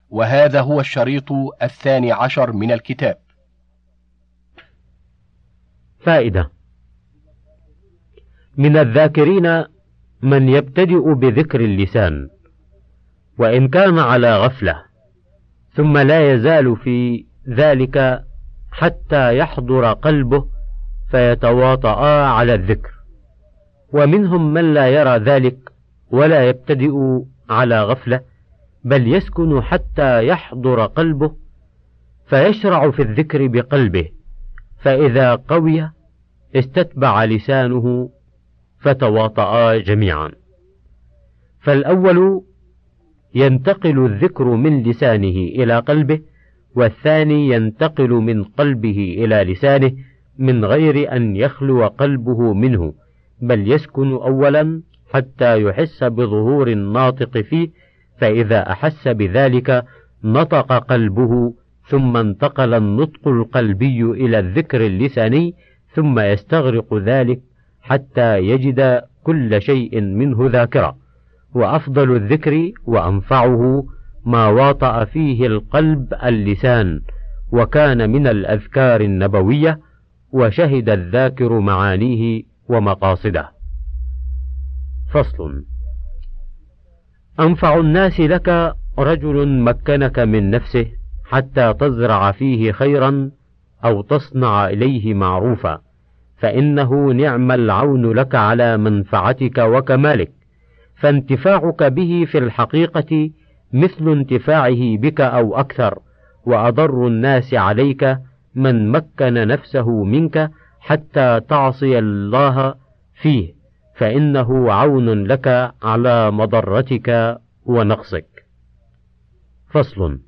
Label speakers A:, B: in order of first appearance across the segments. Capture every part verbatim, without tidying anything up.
A: وهذا هو الشريط الثاني عشر من الكتاب.
B: فائدة: من الذاكرين من يبتدئ بذكر اللسان وإن كان على غفلة، ثم لا يزال في ذلك حتى يحضر قلبه فيتواطأ على الذكر، ومنهم من لا يرى ذلك ولا يبتدئ على غفلة، بل يسكن حتى يحضر قلبه فيشرع في الذكر بقلبه، فإذا قوي استتبع لسانه فتواطأ جميعا. فالأول ينتقل الذكر من لسانه إلى قلبه، والثاني ينتقل من قلبه إلى لسانه من غير أن يخلو قلبه منه، بل يسكن أولا حتى يحس بظهور الناطق فيه، فإذا أحس بذلك نطق قلبه، ثم انتقل النطق القلبي إلى الذكر اللساني، ثم يستغرق ذلك حتى يجد كل شيء منه ذاكرة. وأفضل الذكر وأنفعه ما واطأ فيه القلب اللسان، وكان من الأذكار النبوية، وشهد الذاكر معانيه ومقاصده. فصل: أنفع الناس لك رجل مكنك من نفسه حتى تزرع فيه خيرا أو تصنع إليه معروفا، فإنه نعم العون لك على منفعتك وكمالك، فانتفاعك به في الحقيقة مثل انتفاعه بك أو أكثر، وأضر الناس عليك من مكن نفسه منك حتى تعصي الله فيه، فإنه عون لك على مضرتك ونقصك. فصل: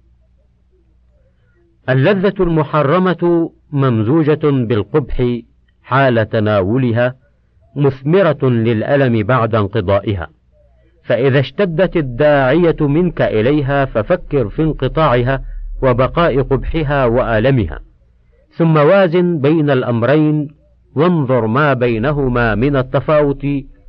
B: اللذة المحرمة ممزوجة بالقبح حال تناولها، مثمرة للألم بعد انقضائها، فإذا اشتدت الداعية منك إليها ففكر في انقطاعها وبقاء قبحها وآلمها، ثم وازن بين الأمرين وانظر ما بينهما من التفاوت.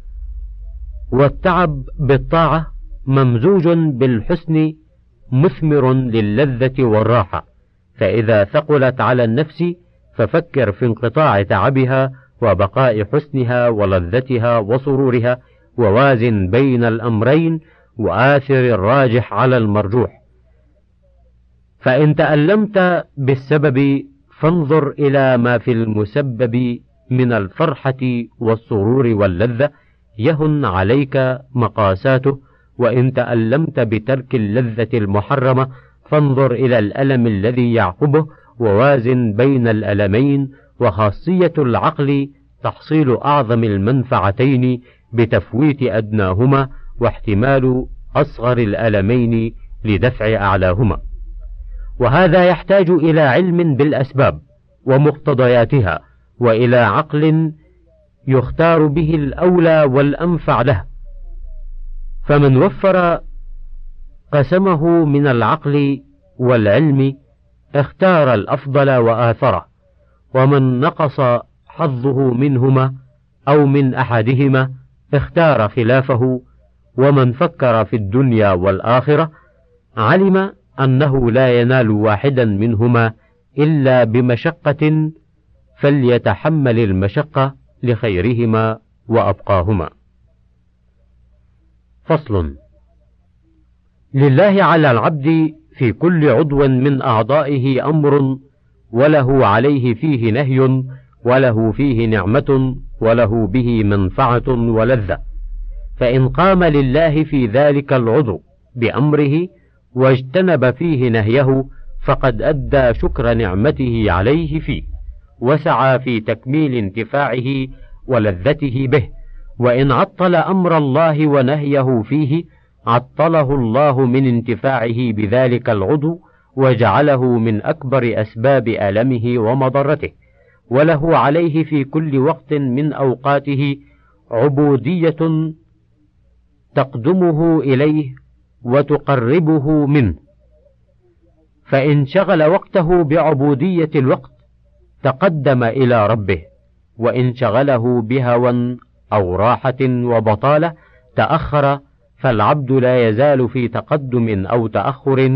B: والتعب بالطاعة ممزوج بالحسن مثمر للذة والراحة، فإذا ثقلت على النفس ففكر في انقطاع تعبها وبقاء حسنها ولذتها وسرورها، ووازن بين الأمرين وآثر الراجح على المرجوح. فإن تألمت بالسبب فانظر إلى ما في المسبب من الفرحة والسرور واللذة يهن عليك مقاساته، وإن تألمت بترك اللذة المحرمة فانظر إلى الألم الذي يعقبه، ووازن بين الألمين. وخاصية العقل تحصيل أعظم المنفعتين بتفويت أدناهما، واحتمال أصغر الألمين لدفع أعلاهما، وهذا يحتاج إلى علم بالأسباب ومقتضياتها، وإلى عقل يختار به الأولى والأنفع له. فمن وفر قسمه من العقل والعلم اختار الأفضل وآثره، ومن نقص حظه منهما أو من أحدهما اختار خلافه. ومن فكر في الدنيا والآخرة علم أنه لا ينال واحدا منهما إلا بمشقة، فليتحمل المشقة لخيرهما وأبقاهما. فصل: لله على العبد في كل عضو من أعضائه أمر، وله عليه فيه نهي، وله فيه نعمة، وله به منفعة ولذة، فإن قام لله في ذلك العضو بأمره واجتنب فيه نهيه فقد أدى شكر نعمته عليه فيه، وسعى في تكميل انتفاعه ولذته به. وإن عطل أمر الله ونهيه فيه عطله الله من انتفاعه بذلك العضو، وجعله من أكبر أسباب ألمه ومضرته. وله عليه في كل وقت من أوقاته عبودية تقدمه إليه وتقربه منه، فإن شغل وقته بعبودية الوقت تقدم إلى ربه، وإن شغله بهوى أو راحة وبطالة تأخر، فالعبد لا يزال في تقدم أو تأخر،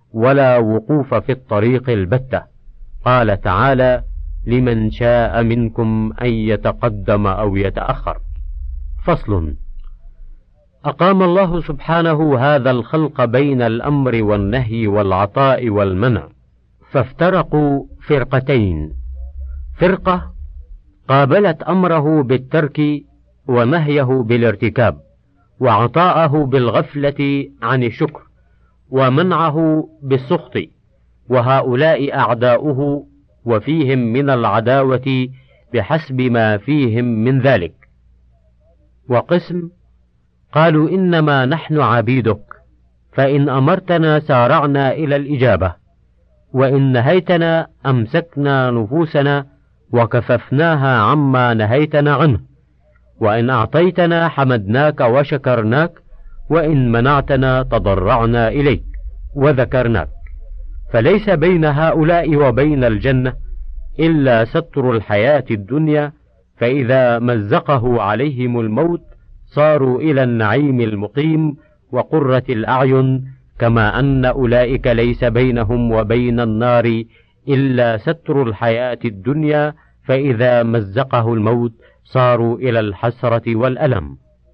B: ولا وقوف في الطريق البتة. قال تعالى: لمن شاء منكم أن يتقدم أو يتأخر. فصل. أقام الله سبحانه هذا الخلق بين الأمر والنهي والعطاء والمنع، فافترقوا فرقتين: فرقة قابلت أمره بالترك ونهيه بالارتكاب، وعطاءه بالغفلة عن الشكر، ومنعه بالسخط، وهؤلاء أعداؤه، وفيهم من العداوة بحسب ما فيهم من ذلك. وقسم قالوا: إنما نحن عبيدك، فإن أمرتنا سارعنا إلى الإجابة، وإن نهيتنا أمسكنا نفوسنا وكففناها عما نهيتنا عنه، وإن أعطيتنا حمدناك وشكرناك، وإن منعتنا تضرعنا إليك وذكرناك. فليس بين هؤلاء وبين الجنة إلا ستر الحياة الدنيا، فإذا مزقه عليهم الموت صاروا إلى النعيم المقيم وقرة الأعين، كما أن أولئك ليس بينهم وبين النار إلا ستر الحياة الدنيا، فإذا مزقه الموت صاروا إلى الحسرة والألم.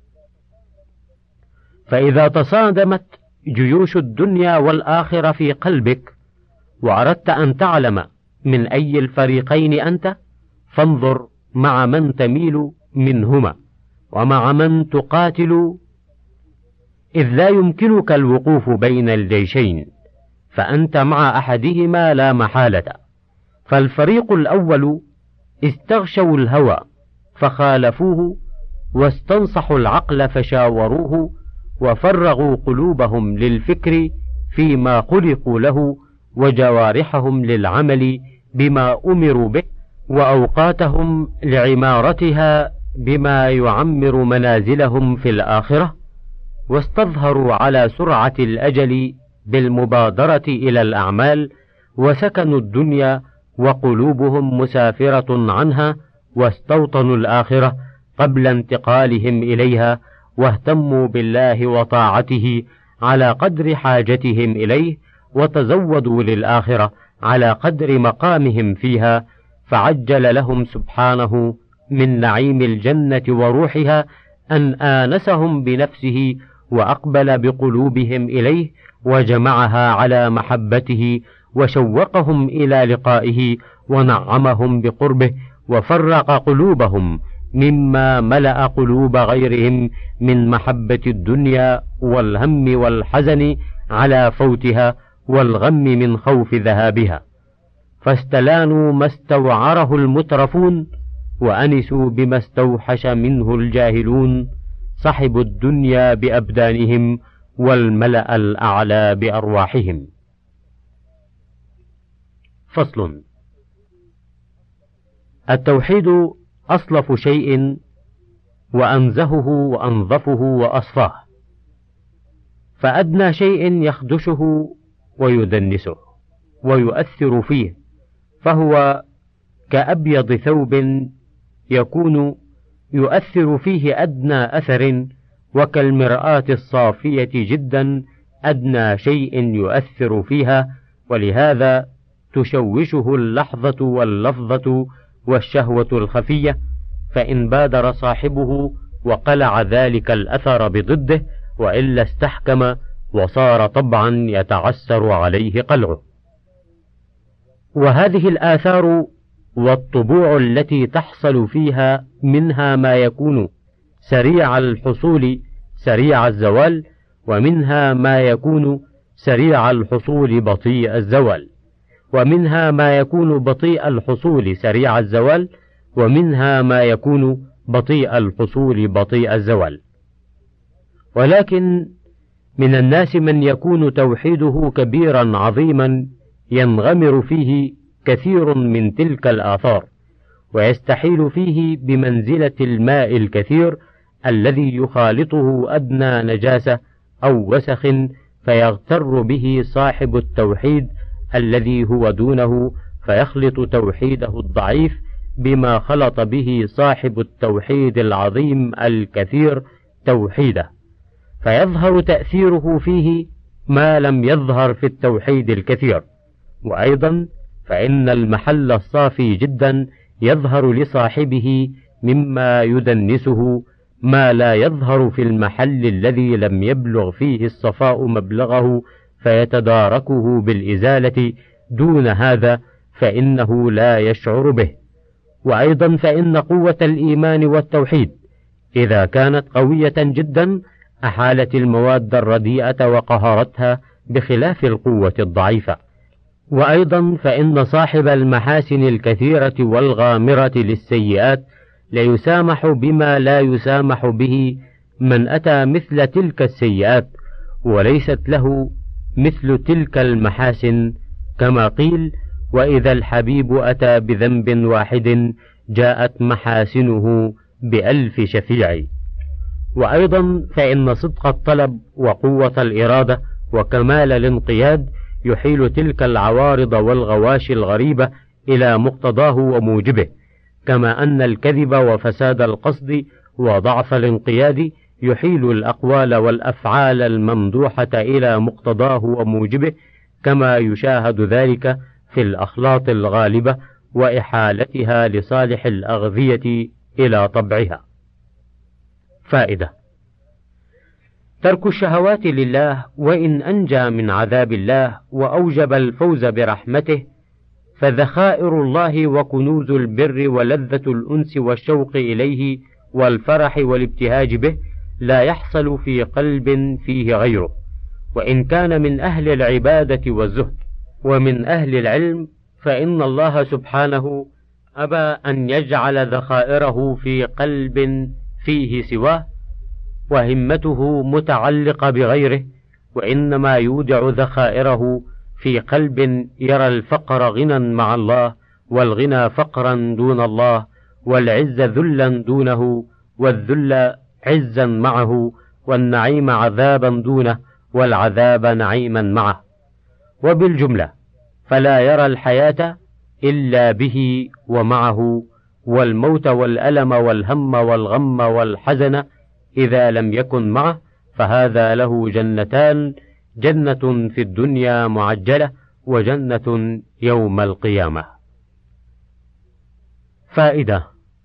B: فإذا تصادمت جيوش الدنيا والآخرة في قلبك، وأردت أن تعلم من أي الفريقين أنت، فانظر مع من تميل منهما، ومع من تقاتل، إذ لا يمكنك الوقوف بين الجيشين، فأنت مع أحدهما لا محالة. فالفريق الأول استغشوا الهوى فخالفوه، واستنصحوا العقل فشاوروه، وفرغوا قلوبهم للفكر فيما خلقوا له، وجوارحهم للعمل بما أمروا به، وأوقاتهم لعمارتها بما يعمر منازلهم في الآخرة، واستظهروا على سرعة الأجل بالمبادرة إلى الأعمال، وسكنوا الدنيا وقلوبهم مسافرة عنها، واستوطنوا الآخرة قبل انتقالهم إليها، واهتموا بالله وطاعته على قدر حاجتهم إليه، وتزودوا للآخرة على قدر مقامهم فيها، فعجل لهم سبحانه من نعيم الجنة وروحها أن آنسهم بنفسه، وأقبل بقلوبهم إليه، وجمعها على محبته، وشوقهم إلى لقائه، ونعمهم بقربه، وفرق قلوبهم مما ملأ قلوب غيرهم من محبة الدنيا والهم والحزن على فوتها، والغم من خوف ذهابها، فاستلانوا ما استوعره المترفون، وأنسوا بما استوحش منه الجاهلون، صحبوا الدنيا بأبدانهم والملأ الأعلى بأرواحهم. فصل. التوحيد أصلف شيء، وأنزهه وأنظفه وأصفاه، فأدنى شيء يخدشه ويدنسه ويؤثر فيه، فهو كأبيض ثوب يكون يؤثر فيه أدنى أثر، وكالمرآة الصافية جدا أدنى شيء يؤثر فيها، ولهذا تشوشه اللحظة واللفظة والشهوة الخفية، فإن بادر صاحبه وقلع ذلك الأثر بضده، وإلا استحكم وصار طبعا يتعسر عليه قلعه. وهذه الآثار والطبوع التي تحصل فيها منها ما يكون سريع الحصول سريع الزوال، ومنها ما يكون سريع الحصول بطيء الزوال، ومنها ما يكون بطيء الحصول سريع الزوال، ومنها ما يكون بطيء الحصول بطيء الزوال. ولكن من الناس من يكون توحيده كبيرا عظيما ينغمر فيه كثير من تلك الآثار، ويستحيل فيه بمنزلة الماء الكثير الذي يخالطه أدنى نجاسة أو وسخ، فيغتر به صاحب التوحيد الذي هو دونه، فيخلط توحيده الضعيف بما خلط به صاحب التوحيد العظيم الكثير توحيده، فيظهر تأثيره فيه ما لم يظهر في التوحيد الكثير. وأيضا فإن المحل الصافي جدا يظهر لصاحبه مما يدنسه ما لا يظهر في المحل الذي لم يبلغ فيه الصفاء مبلغه فيتداركه بالإزالة، دون هذا فإنه لا يشعر به. وأيضا فإن قوة الإيمان والتوحيد إذا كانت قوية جدا أحالت المواد الرديئة وقهرتها بخلاف القوة الضعيفة. وأيضا فإن صاحب المحاسن الكثيرة والغامرة للسيئات ليسامح بما لا يسامح به من أتى مثل تلك السيئات وليست له مثل تلك المحاسن، كما قيل: وإذا الحبيب أتى بذنب واحد جاءت محاسنه بألف شفيع. وأيضا فإن صدق الطلب وقوة الإرادة وكمال الانقياد يحيل تلك العوارض والغواشي الغريبة إلى مقتضاه وموجبه، كما أن الكذب وفساد القصد وضعف الانقياد يحيل الأقوال والأفعال الممدوحة إلى مقتضاه وموجبه، كما يشاهد ذلك في الأخلاط الغالبة وإحالتها لصالح الأغذية إلى طبعها. فائدة: ترك الشهوات لله وإن أنجى من عذاب الله وأوجب الفوز برحمته، فذخائر الله وكنوز البر ولذة الأنس والشوق إليه والفرح والابتهاج به لا يحصل في قلب فيه غيره، وإن كان من أهل العبادة والزهد ومن أهل العلم، فإن الله سبحانه أبى أن يجعل ذخائره في قلب فيه سواه وهمته متعلقة بغيره، وإنما يودع ذخائره في قلب يرى الفقر غنى مع الله، والغنى فقرا دون الله، والعز ذلا دونه، والذل عزا معه، والنعيم عذابا دونه، والعذاب نعيما معه. وبالجملة فلا يرى الحياة إلا به ومعه، والموت والألم والهم والغم والحزن إذا لم يكن معه، فهذا له جنتان: جنة في الدنيا معجلة، وجنة يوم القيامة. فائدة: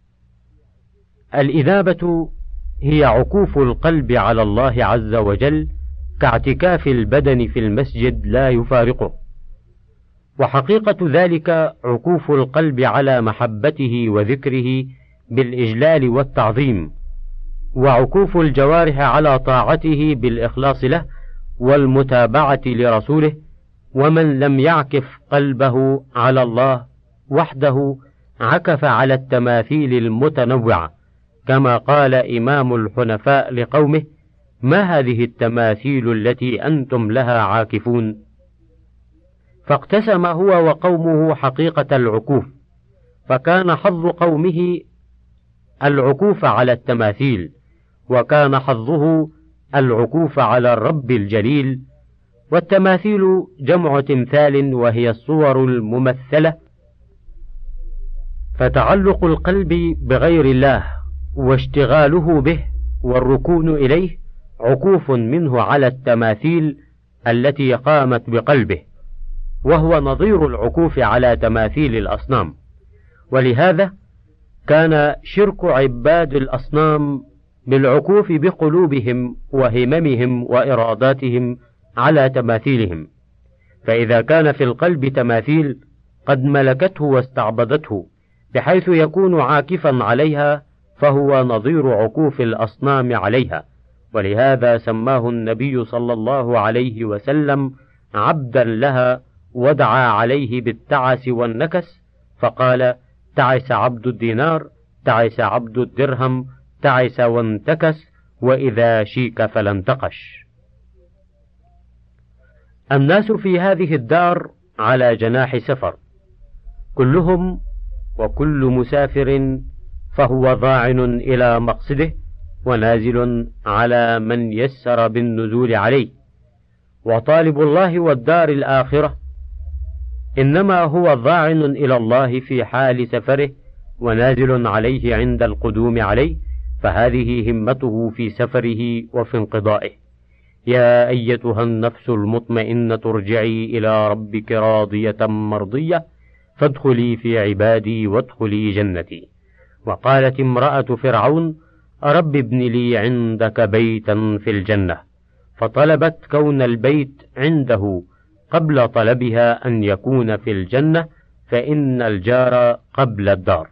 B: الإذابة هي عكوف القلب على الله عز وجل كاعتكاف البدن في المسجد لا يفارقه، وحقيقة ذلك عكوف القلب على محبته وذكره بالإجلال والتعظيم، وعكوف الجوارح على طاعته بالإخلاص له والمتابعة لرسوله. ومن لم يعكف قلبه على الله وحده عكف على التماثيل المتنوعة، كما قال إمام الحنفاء لقومه: ما هذه التماثيل التي أنتم لها عاكفون؟ فاقتسم هو وقومه حقيقة العكوف، فكان حظ قومه العكوف على التماثيل، وكان حظه العكوف على الرب الجليل. والتماثيل جمع تمثال، وهي الصور الممثلة، فتعلق القلب بغير الله واشتغاله به والركون إليه عكوف منه على التماثيل التي قامت بقلبه، وهو نظير العكوف على تماثيل الأصنام. ولهذا كان شرك عباد الأصنام بالعكوف بقلوبهم وهممهم وإراداتهم على تماثيلهم، فإذا كان في القلب تماثيل قد ملكته واستعبدته بحيث يكون عاكفا عليها، فهو نظير عكوف الأصنام عليها. ولهذا سماه النبي صلى الله عليه وسلم عبدا لها، ودعا عليه بالتعس والنكس، فقال: تعس عبد الدينار، تعس عبد الدرهم، تعس وانتكس، وإذا شيك فلا انتقش. الناس في هذه الدار على جناح سفر، كلهم وكل مسافر فهو ضاعن إلى مقصده ونازل على من يسر بالنزول عليه. وطالب الله والدار الآخرة إنما هو ضاعن إلى الله في حال سفره ونازل عليه عند القدوم عليه، فهذه همته في سفره وفي انقضائه. يا أيتها النفس المطمئنة ارجعي إلى ربك راضية مرضية فادخلي في عبادي وادخلي جنتي. وقالت امرأة فرعون رب ابن لي عندك بيتا في الجنة، فطلبت كون البيت عنده قبل طلبها أن يكون في الجنة، فإن الجار قبل الدار.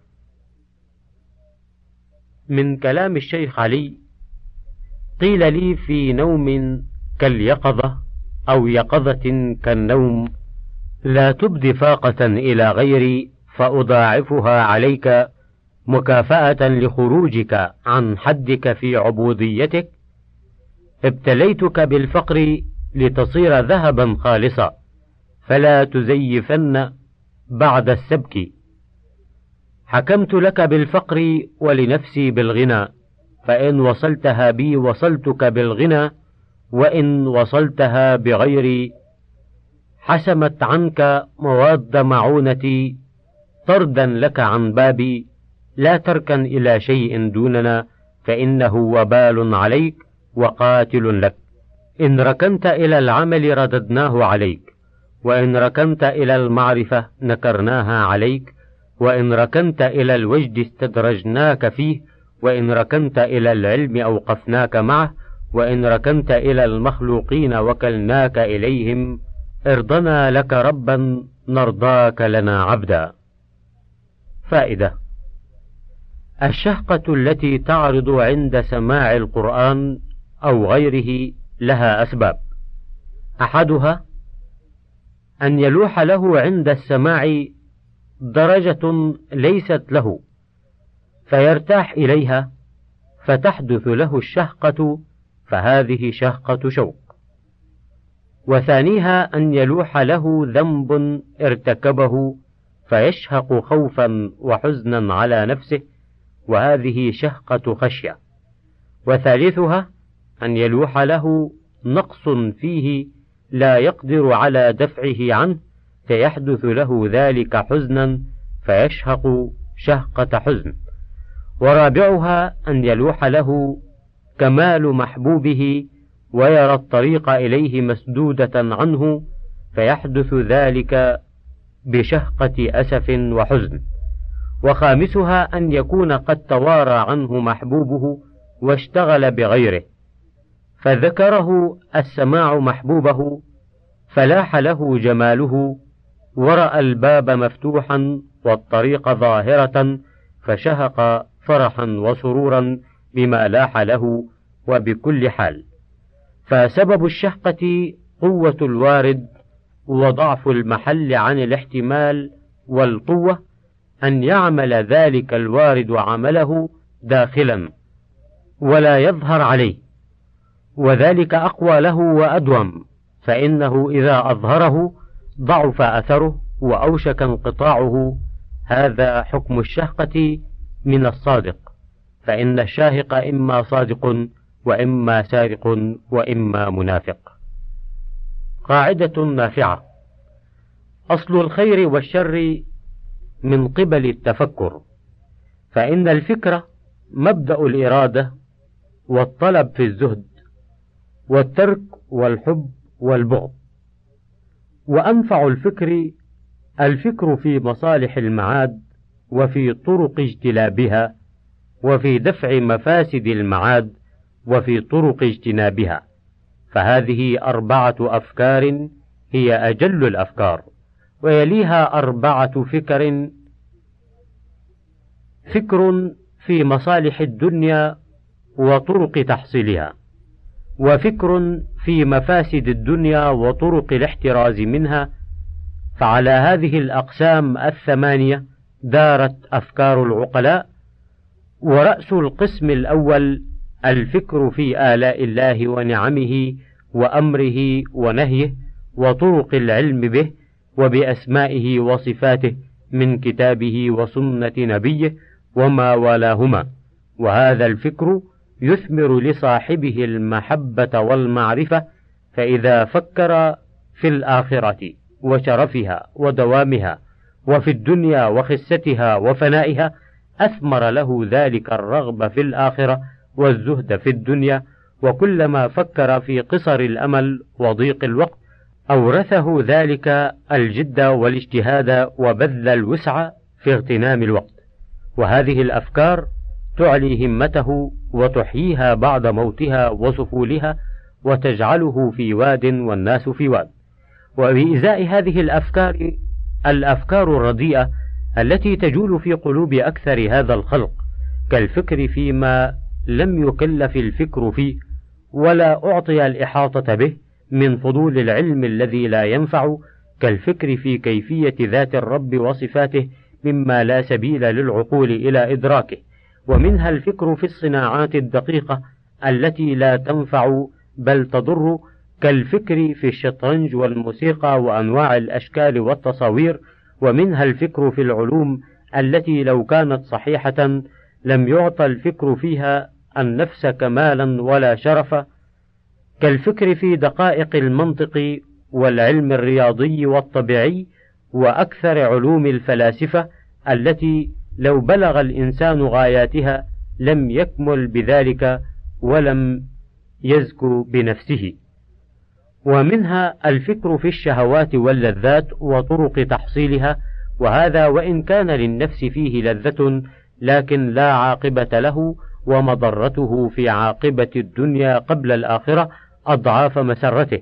B: من كلام الشيخ علي: قيل لي في نوم كاليقظة أو يقظة كالنوم لا تبدي فاقة إلى غيري فأضاعفها عليك مكافأة لخروجك عن حدك في عبوديتك. ابتليتك بالفقر لتصير ذهبا خالصا، فلا تزيفن بعد السبك. حكمت لك بالفقر ولنفسي بالغنى، فإن وصلتها بي وصلتك بالغنى، وإن وصلتها بغيري حسمت عنك مواد معونتي طردا لك عن بابي. لا تركن إلى شيء دوننا، فإنه وبال عليك وقاتل لك. إن ركنت إلى العمل رددناه عليك، وإن ركنت إلى المعرفة نكرناها عليك، وإن ركنت إلى الوجد استدرجناك فيه، وإن ركنت إلى العلم أوقفناك معه، وإن ركنت إلى المخلوقين وكلناك إليهم. ارضنا لك ربا نرضاك لنا عبدا. فائدة: الشهقة التي تعرض عند سماع القرآن أو غيره لها أسباب. أحدها أن يلوح له عند السماع درجة ليست له فيرتاح إليها فتحدث له الشهقة، فهذه شهقة شوق. وثانيها أن يلوح له ذنب ارتكبه فيشهق خوفا وحزنا على نفسه، وهذه شهقة خشية. وثالثها أن يلوح له نقص فيه لا يقدر على دفعه عنه فيحدث له ذلك حزنا فيشهق شهقة حزن. ورابعها أن يلوح له كمال محبوبه ويرى الطريق إليه مسدودة عنه فيحدث ذلك بشهقة أسف وحزن. وخامسها أن يكون قد توارى عنه محبوبه واشتغل بغيره، فذكره السماع محبوبه فلاح له جماله، ورأى الباب مفتوحا والطريق ظاهرة فشهق فرحا وسرورا بما لاح له وبكل حال. فسبب الشهقة قوة الوارد وضعف المحل عن الاحتمال، والقوة أن يعمل ذلك الوارد عمله داخلا ولا يظهر عليه، وذلك أقوى له وأدوم، فإنه إذا أظهره ضعف أثره وأوشك انقطاعه. هذا حكم الشهقة من الصادق، فإن الشاهق إما صادق وإما سارق وإما منافق. قاعدة نافعة: أصل الخير والشر من قبل التفكر، فإن الفكرة مبدأ الإرادة والطلب في الزهد والترك والحب والبغض. وأنفع الفكر الفكر في مصالح المعاد وفي طرق اجتلابها، وفي دفع مفاسد المعاد وفي طرق اجتنابها. فهذه أربعة أفكار هي أجل الأفكار، ويليها أربعة فكر: فكر في مصالح الدنيا وطرق تحصيلها، وفكر في مفاسد الدنيا وطرق الاحتراز منها. فعلى هذه الأقسام الثمانية دارت أفكار العقلاء. ورأس القسم الأول الفكر في آلاء الله ونعمه وأمره ونهيه وطرق العلم به وبأسمائه وصفاته من كتابه وسنة نبيه وما والاهما. وهذا الفكر يثمر لصاحبه المحبة والمعرفة، فإذا فكر في الآخرة وشرفها ودوامها وفي الدنيا وخستها وفنائها أثمر له ذلك الرغبة في الآخرة والزهد في الدنيا وكلما فكر في قصر الأمل وضيق الوقت أورثه ذلك الجد والاجتهاد وبذل الوسع في اغتنام الوقت. وهذه الأفكار تعلي همته وتحييها بعد موتها وسفولها، وتجعله في واد والناس في واد. وبإزاء هذه الأفكار الأفكار الرديئة التي تجول في قلوب أكثر هذا الخلق، كالفكر فيما لم يكلف الفكر فيه ولا أعطي الإحاطة به من فضول العلم الذي لا ينفع، كالفكر في كيفية ذات الرب وصفاته مما لا سبيل للعقول إلى إدراكه. ومنها الفكر في الصناعات الدقيقة التي لا تنفع بل تضر، كالفكر في الشطرنج والموسيقى وأنواع الأشكال والتصاوير. ومنها الفكر في العلوم التي لو كانت صحيحة لم يعطى الفكر فيها النفس كمالا ولا شرفا، كالفكر في دقائق المنطق والعلم الرياضي والطبيعي وأكثر علوم الفلاسفة التي لو بلغ الإنسان غاياتها لم يكمل بذلك ولم يزكو بنفسه. ومنها الفكر في الشهوات واللذات وطرق تحصيلها، وهذا وإن كان للنفس فيه لذة لكن لا عاقبة له، ومضرته في عاقبة الدنيا قبل الآخرة أضعاف مسرته.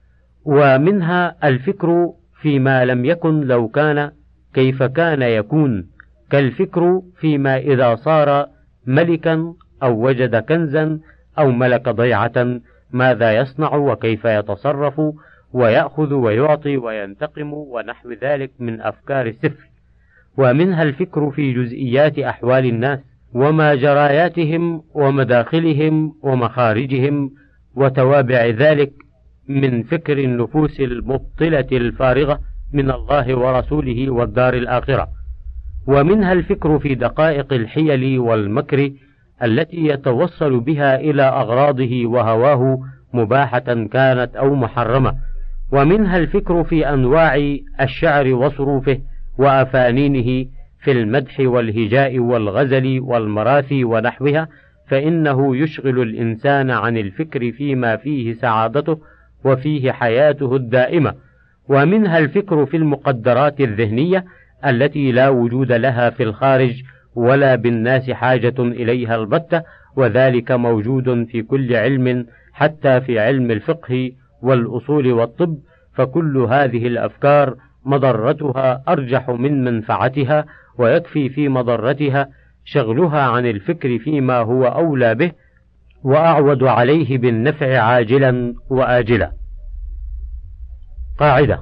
B: ومنها الفكر فيما لم يكن لو كان كيف كان يكون، كالفكر فيما إذا صار ملكا أو وجد كنزا أو ملك ضيعة ماذا يصنع وكيف يتصرف ويأخذ ويعطي وينتقم ونحو ذلك من أفكار السفل. ومنها الفكر في جزئيات أحوال الناس وما جراياتهم ومداخلهم ومخارجهم وتوابع ذلك من فكر النفوس المبطلة الفارغة من الله ورسوله والدار الآخرة. ومنها الفكر في دقائق الحيل والمكر التي يتوصل بها إلى أغراضه وهواه مباحة كانت أو محرمة. ومنها الفكر في أنواع الشعر وصروفه وأفانينه في المدح والهجاء والغزل والمراثي ونحوها، فإنه يشغل الإنسان عن الفكر فيما فيه سعادته وفيه حياته الدائمة. ومنها الفكر في المقدرات الذهنية التي لا وجود لها في الخارج ولا بالناس حاجة إليها البتة، وذلك موجود في كل علم حتى في علم الفقه والأصول والطب. فكل هذه الأفكار مضرتها أرجح من منفعتها، ويكفي في مضرتها شغلها عن الفكر فيما هو أولى به وأعود عليه بالنفع عاجلا وآجلا. قاعدة: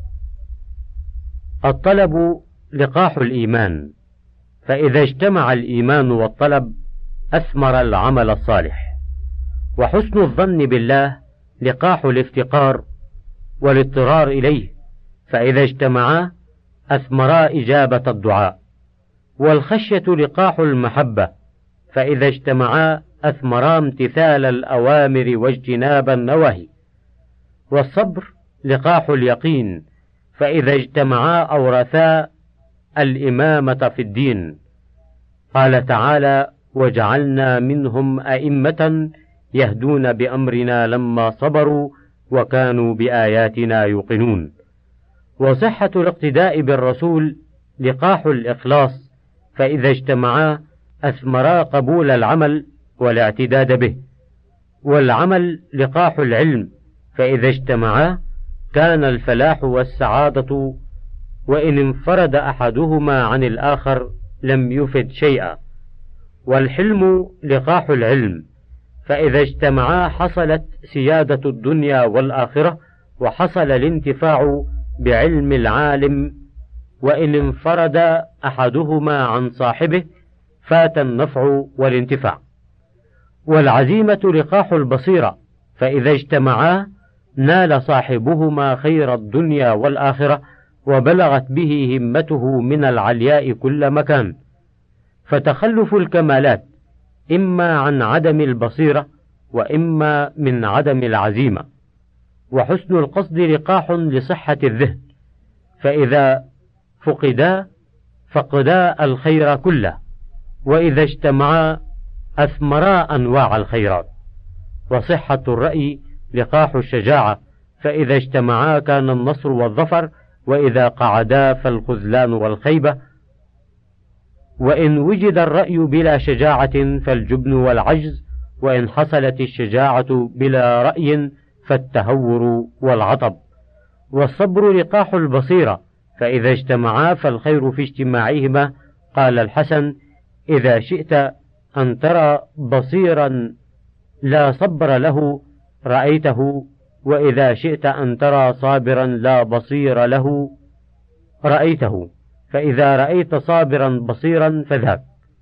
B: الطلب لقاح الإيمان، فإذا اجتمع الإيمان والطلب أثمر العمل الصالح. وحسن الظن بالله لقاح الافتقار والاضطرار إليه، فإذا اجتمعا أثمرا إجابة الدعاء. والخشية لقاح المحبة، فإذا اجتمعا أثمرا امتثال الأوامر واجتناب النواهي. والصبر لقاح اليقين، فإذا اجتمعا أورثا الإمامة في الدين. قال تعالى: وجعلنا منهم أئمة يهدون بأمرنا لما صبروا وكانوا بآياتنا يوقنون. وصحة الاقتداء بالرسول لقاح الإخلاص، فإذا اجتمعا أثمرا قبول العمل والاعتداد به. والعمل لقاح العلم، فإذا اجتمعا كان الفلاح والسعادة، وإن انفرد أحدهما عن الآخر لم يفد شيئا. والحلم لقاح العلم، فإذا اجتمعا حصلت سيادة الدنيا والآخرة، وحصل الانتفاع بعلم العالم، وإن انفرد أحدهما عن صاحبه فات النفع والانتفاع. والعزيمة لقاح البصيرة، فإذا اجتمعا نال صاحبهما خير الدنيا والآخرة، وبلغت به همته من العلياء كل مكان. فتخلف الكمالات إما عن عدم البصيرة وإما من عدم العزيمة. وحسن القصد لقاح لصحة الذهن، فإذا فقدا فقدا الخير كله، وإذا اجتمعا أثمرا أنواع الخيرات. وصحة الرأي لقاح الشجاعة، فإذا اجتمعا كان النصر والظفر، وإذا قعدا فالخذلان والخيبة. وإن وجد الرأي بلا شجاعة فالجبن والعجز، وإن حصلت الشجاعة بلا رأي فالتهور والعطب. والصبر لقاح البصيرة، فإذا اجتمعا فالخير في اجتماعهما. قال الحسن: إذا شئت أن ترى بصيرا لا صبر له رأيته، وإذا شئت أن ترى صابرا لا بصير له رأيته، فإذا رأيت صابرا بصيرا فذاك.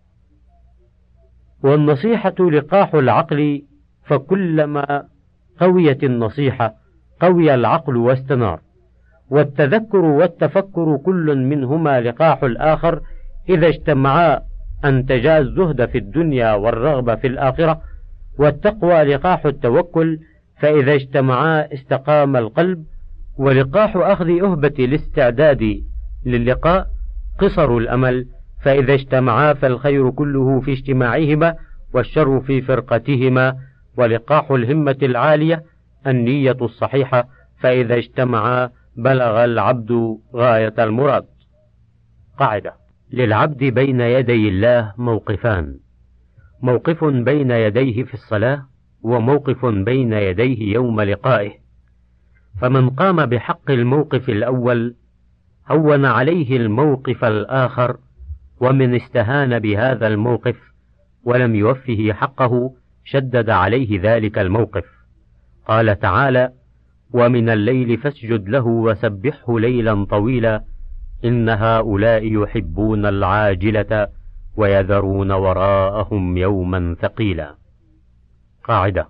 B: والنصيحة لقاح العقل، فكلما قويت النصيحة قوي العقل واستنار. والتذكر والتفكر كل منهما لقاح الآخر، إذا اجتمعا أنتجا الزهد في الدنيا والرغبة في الآخرة. والتقوى لقاح التوكل، فإذا اجتمعا استقام القلب. ولقاح أخذ أهبة الاستعداد للقاء قصر الأمل، فإذا اجتمعا فالخير كله في اجتماعهما والشر في فرقتهما. ولقاح الهمة العالية النية الصحيحة، فإذا اجتمعا بلغ العبد غاية المراد. قاعدة: للعبد بين يدي الله موقفان: موقف بين يديه في الصلاة، وموقف بين يديه يوم لقائه. فمن قام بحق الموقف الأول هون عليه الموقف الآخر، ومن استهان بهذا الموقف ولم يوفه حقه شدد عليه ذلك الموقف. قال تعالى: ومن الليل فاسجد له وسبحه ليلا طويلا إن هؤلاء يحبون العاجلة ويذرون وراءهم يوما ثقيلا. قاعدة: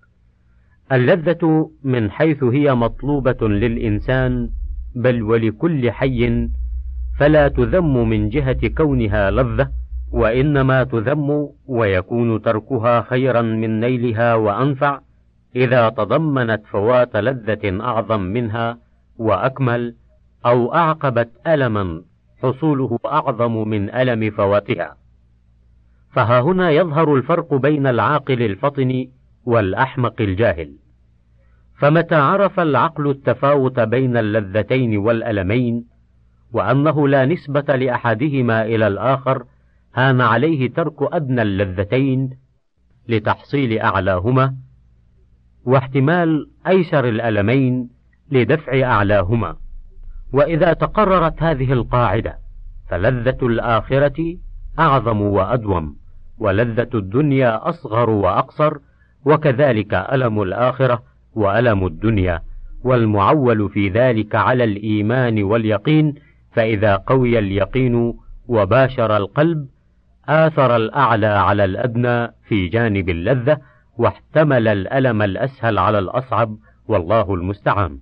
B: اللذة من حيث هي مطلوبة للإنسان بل ولكل حي، فلا تذم من جهة كونها لذة، وإنما تذم ويكون تركها خيرا من نيلها وأنفع، إذا تضمنت فوات لذة أعظم منها وأكمل، أو أعقبت ألما حصوله أعظم من ألم فواتها. فها هنا يظهر الفرق بين العاقل الفطن والأحمق الجاهل. فمتى عرف العقل التفاوت بين اللذتين والألمين، وأنه لا نسبة لأحدهما إلى الآخر، هان عليه ترك أدنى اللذتين لتحصيل أعلاهما، واحتمال أيسر الألمين لدفع أعلاهما. وإذا تقررت هذه القاعدة فلذة الآخرة أعظم وأدوم، ولذة الدنيا أصغر وأقصر، وكذلك ألم الآخرة وألم الدنيا، والمعول في ذلك على الإيمان واليقين. فإذا قوي اليقين وباشر القلب آثر الأعلى على الأدنى في جانب اللذة، واحتمل الألم الأسهل على الأصعب، والله المستعان.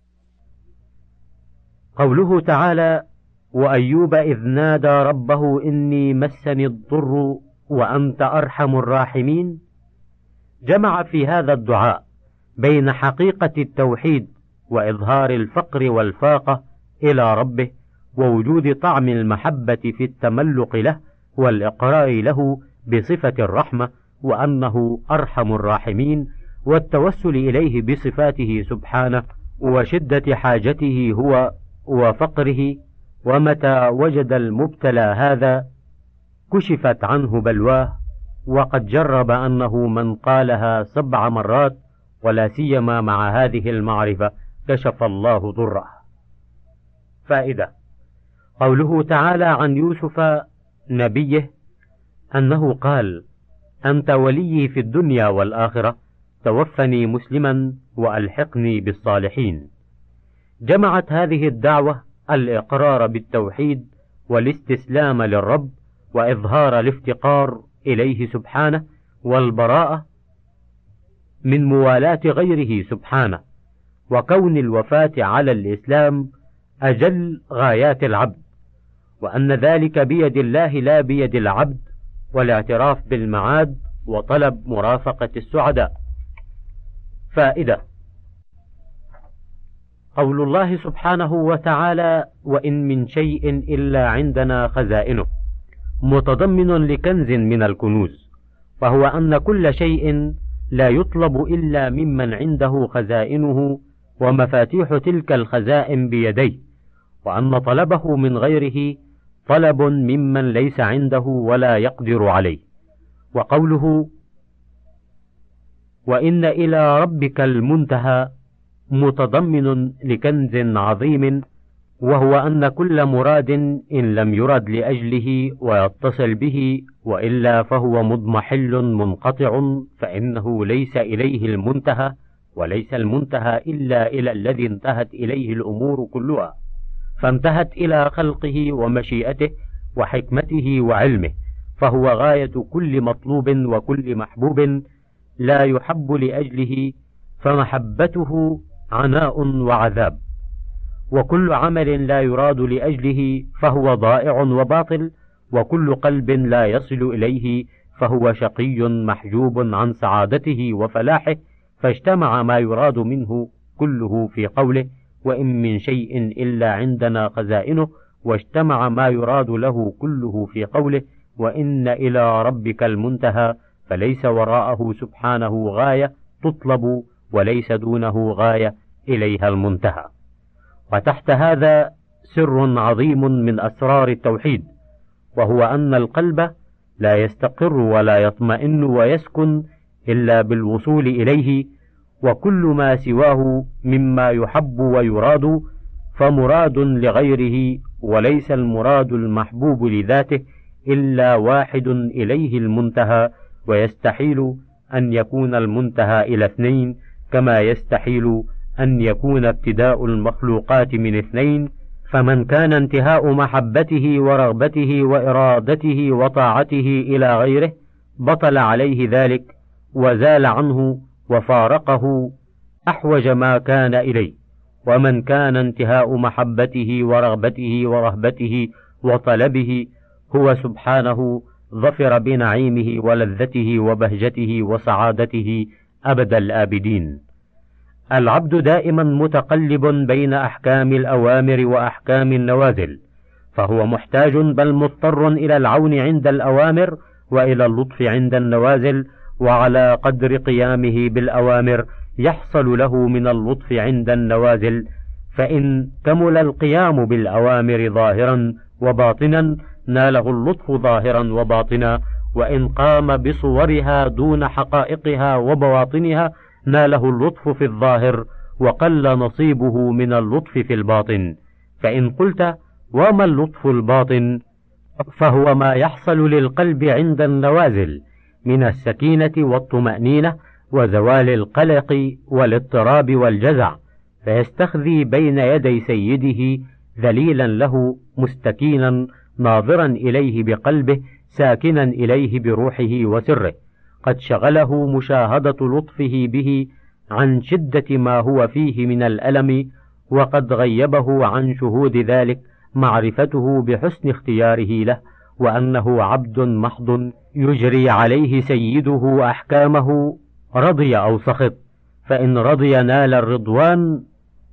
B: قوله تعالى: وأيوب إذ نادى ربه إني مسني الضر وأنت أرحم الراحمين، جمع في هذا الدعاء بين حقيقة التوحيد وإظهار الفقر والفاقة إلى ربه، ووجود طعم المحبة في التملق له والإقرار له بصفة الرحمة وأنه أرحم الراحمين، والتوسل إليه بصفاته سبحانه، وشدة حاجته هو وفقره. ومتى وجد المبتلى هذا كشفت عنه بلواه، وقد جرب أنه من قالها سبع مرات ولا سيما مع هذه المعرفة كشف الله ضره. فائدة: قوله تعالى عن يوسف نبيه أنه قال: أنت ولي في الدنيا والآخرة، توفني مسلما وألحقني بالصالحين. جمعت هذه الدعوة الإقرار بالتوحيد والاستسلام للرب، وإظهار الافتقار إليه سبحانه، والبراءة من موالاة غيره سبحانه، وكون الوفاة على الإسلام أجل غايات العبد، وأن ذلك بيد الله لا بيد العبد، والاعتراف بالمعاد وطلب مرافقة السعداء. فائدة: قول الله سبحانه وتعالى: وإن من شيء إلا عندنا خزائنه، متضمن لكنز من الكنوز، وهو أن كل شيء لا يطلب إلا ممن عنده خزائنه ومفاتيح تلك الخزائن بيديه، وأن طلبه من غيره طلب ممن ليس عنده ولا يقدر عليه. وقوله وإن إلى ربك المنتهى متضمن لكنز عظيم، وهو أن كل مراد إن لم يرد لأجله ويتصل به وإلا فهو مضمحل منقطع، فإنه ليس إليه المنتهى، وليس المنتهى إلا إلى الذي انتهت إليه الأمور كلها، فانتهت إلى خلقه ومشيئته وحكمته وعلمه، فهو غاية كل مطلوب وكل محبوب لا يحب لأجله، فمحبته عناء وعذاب. وكل عمل لا يراد لأجله فهو ضائع وباطل، وكل قلب لا يصل إليه فهو شقي محجوب عن سعادته وفلاحه. فاجتمع ما يراد منه كله في قوله وإن من شيء إلا عندنا خزائنه، واجتمع ما يراد له كله في قوله وإن إلى ربك المنتهى، فليس وراءه سبحانه غاية تطلب وليس دونه غاية إليها المنتهى. وتحت هذا سر عظيم من أسرار التوحيد، وهو أن القلب لا يستقر ولا يطمئن ويسكن إلا بالوصول إليه، وكل ما سواه مما يحب ويراد فمراد لغيره، وليس المراد المحبوب لذاته إلا واحد إليه المنتهى، ويستحيل أن يكون المنتهى إلى اثنين، كما يستحيل أن يكون ابتداء المخلوقات من اثنين. فمن كان انتهاء محبته ورغبته وإرادته وطاعته إلى غيره بطل عليه ذلك وزال عنه وفارقه أحوج ما كان إليه. ومن كان انتهاء محبته ورغبته ورهبته وطلبه هو سبحانه ظفر بنعيمه ولذته وبهجته وسعادته أبد الآبدين. العبد دائما متقلب بين أحكام الأوامر وأحكام النوازل، فهو محتاج بل مضطر إلى العون عند الأوامر وإلى اللطف عند النوازل، وعلى قدر قيامه بالأوامر يحصل له من اللطف عند النوازل. فإن كمل القيام بالأوامر ظاهرا وباطنا ناله اللطف ظاهرا وباطنا، وإن قام بصورها دون حقائقها وبواطنها ناله اللطف في الظاهر وقل نصيبه من اللطف في الباطن. فإن قلت وما اللطف الباطن، فهو ما يحصل للقلب عند النوازل من السكينة والطمأنينة وزوال القلق والاضطراب والجزع، فيستخذي بين يدي سيده ذليلا له مستكينا ناظرا إليه بقلبه ساكنا إليه بروحه وسره، قد شغله مشاهدة لطفه به عن شدة ما هو فيه من الألم، وقد غيبه عن شهود ذلك معرفته بحسن اختياره له، وأنه عبد محض يجري عليه سيده أحكامه رضي أو سخط، فإن رضي نال الرضوان،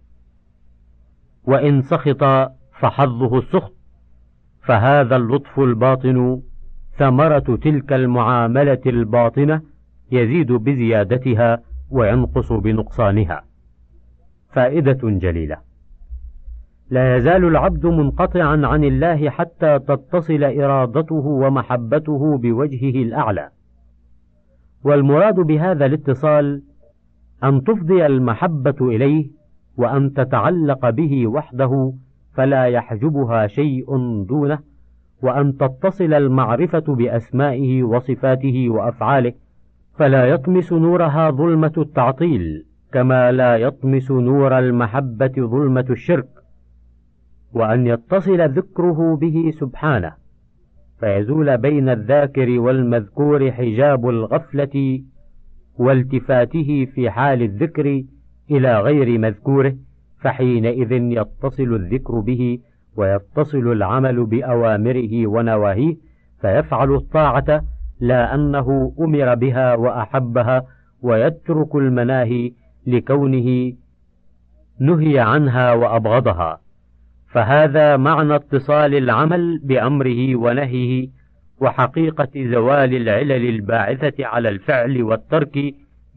B: وإن سخط فحظه السخط. فهذا اللطف الباطن ثمرة تلك المعاملة الباطنة، يزيد بزيادتها وينقص بنقصانها. فائدة جليلة: لا يزال العبد منقطعا عن الله حتى تتصل إرادته ومحبته بوجهه الأعلى، والمراد بهذا الاتصال أن تفضي المحبة إليه وأن تتعلق به وحده فلا يحجبها شيء دونه، وأن تتصل المعرفة بأسمائه وصفاته وأفعاله فلا يطمس نورها ظلمة التعطيل، كما لا يطمس نور المحبة ظلمة الشرك، وأن يتصل ذكره به سبحانه فيزول بين الذاكر والمذكور حجاب الغفلة والتفاته في حال الذكر إلى غير مذكوره، فحينئذ يتصل الذكر به ويتصل العمل بأوامره ونواهيه، فيفعل الطاعة لا أنه أمر بها وأحبها، ويترك المناهي لكونه نهي عنها وأبغضها. فهذا معنى اتصال العمل بأمره ونهيه، وحقيقة زوال العلل الباعثة على الفعل والترك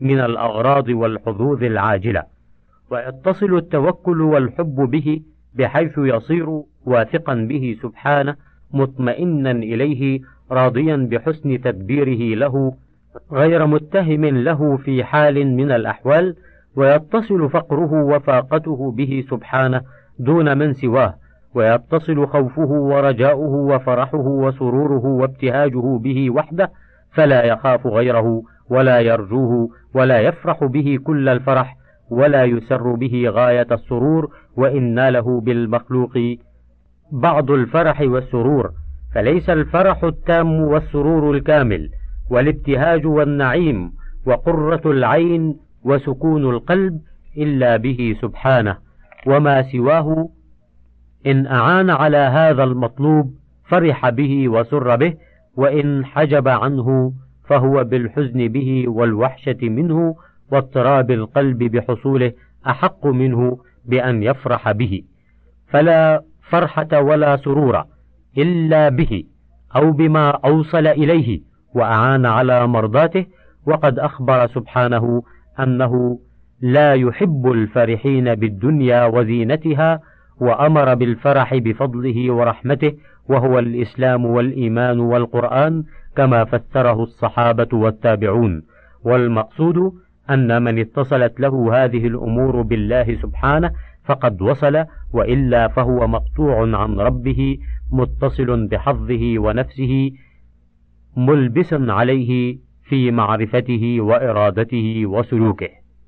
B: من الأغراض والحظوظ العاجلة، ويتصل التوكل والحب به بحيث يصير واثقا به سبحانه مطمئنا إليه راضيا بحسن تدبيره له غير متهم له في حال من الأحوال، ويتصل فقره وفاقته به سبحانه دون من سواه، ويتصل خوفه ورجاؤه وفرحه وسروره وابتهاجه به وحده، فلا يخاف غيره ولا يرجوه ولا يفرح به كل الفرح ولا يسر به غاية السرور، وإن له بالمخلوق بعض الفرح والسرور، فليس الفرح التام والسرور الكامل والابتهاج والنعيم وقرة العين وسكون القلب إلا به سبحانه، وما سواه إن أعان على هذا المطلوب فرح به وسر به، وإن حجب عنه فهو بالحزن به والوحشة منه واضطراب القلب بحصوله أحق منه بأن يفرح به، فلا فرحة ولا سرور إلا به أو بما أوصل إليه وأعان على مرضاته. وقد أخبر سبحانه أنه لا يحب الفرحين بالدنيا وزينتها، وأمر بالفرح بفضله ورحمته، وهو الإسلام والإيمان والقرآن كما فسره الصحابة والتابعون. والمقصود أن من اتصلت له هذه الأمور بالله سبحانه فقد وصل، وإلا فهو مقطوع عن ربه متصل بحظه ونفسه ملبس عليه في معرفته وإرادته وسلوكه.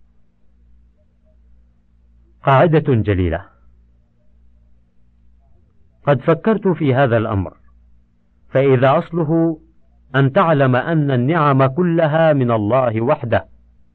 B: قاعدة جليلة: قد فكرت في هذا الأمر، فإذا أصله أن تعلم أن النعم كلها من الله وحده،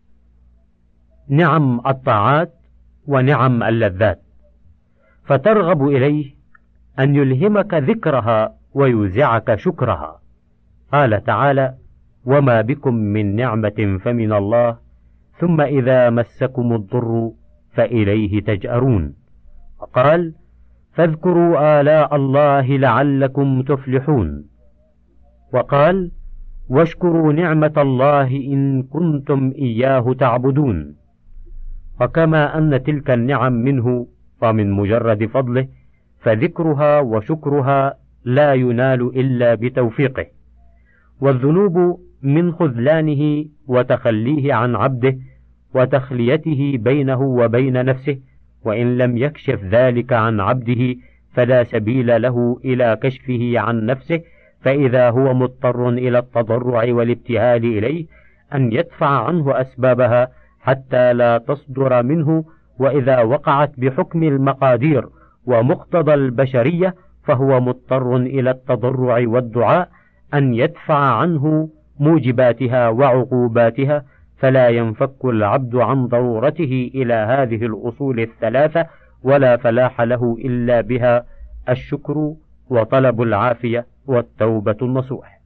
B: نعم الطاعات ونعم اللذات، فترغب إليه أن يلهمك ذكرها ويوزعك شكرها. قال تعالى: وما بكم من نعمة فمن الله ثم إذا مسكم الضر فإليه تجأرون. وقال: فاذكروا آلاء الله لعلكم تفلحون. وقال: واشكروا نعمة الله إن كنتم إياه تعبدون. وكما أن تلك النعم منه ومن مجرد فضله، فذكرها وشكرها لا ينال إلا بتوفيقه، والذنوب من خذلانه وتخليه عن عبده وتخليته بينه وبين نفسه، وإن لم يكشف ذلك عن عبده فلا سبيل له إلى كشفه عن نفسه، فإذا هو مضطر إلى التضرع والابتهال إليه أن يدفع عنه أسبابها حتى لا تصدر منه، وإذا وقعت بحكم المقادير ومقتضى البشرية فهو مضطر إلى التضرع والدعاء أن يدفع عنه موجباتها وعقوباتها، فلا ينفك العبد عن ضرورته إلى هذه الأصول الثلاثة، ولا فلاح له إلا بها: الشكر وطلب العافية والتوبة النصوح.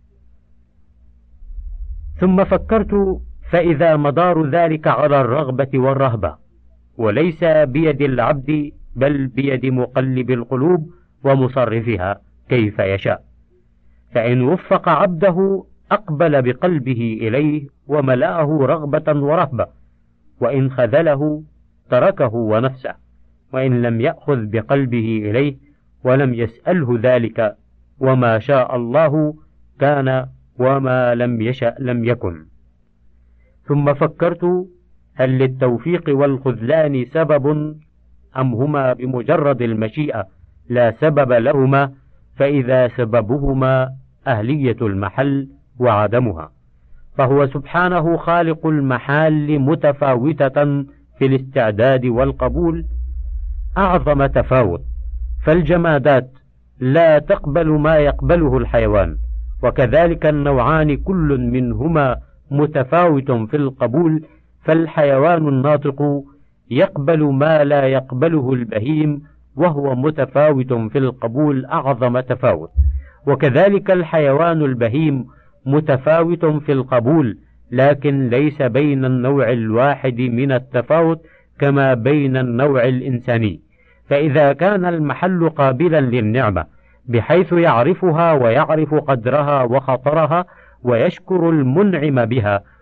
B: ثم فكرت، فإذا مدار ذلك على الرغبة والرهبة، وليس بيد العبد بل بيد مقلب القلوب ومصرفها كيف يشاء، فإن وفق عبده أقبل بقلبه إليه وملأه رغبة ورهبة، وإن خذله تركه ونفسه، وإن لم يأخذ بقلبه إليه ولم يسأله ذلك، وما شاء الله كان وما لم يشأ لم يكن. ثم فكرت: هل للتوفيق والخذلان سبب أم هما بمجرد المشيئة لا سبب لهما؟ فإذا سببهما أهلية المحل وعدمها، فهو سبحانه خالق المحال متفاوتة في الاستعداد والقبول أعظم تفاوت، فالجمادات لا تقبل ما يقبله الحيوان، وكذلك النوعان كل منهما متفاوت في القبول، فالحيوان الناطق يقبل ما لا يقبله البهيم وهو متفاوت في القبول أعظم تفاوت، وكذلك الحيوان البهيم متفاوت في القبول، لكن ليس بين النوع الواحد من التفاوت كما بين النوع الإنساني. فإذا كان المحل قابلا للنعمة بحيث يعرفها ويعرف قدرها وخطرها ويشكر المنعم بها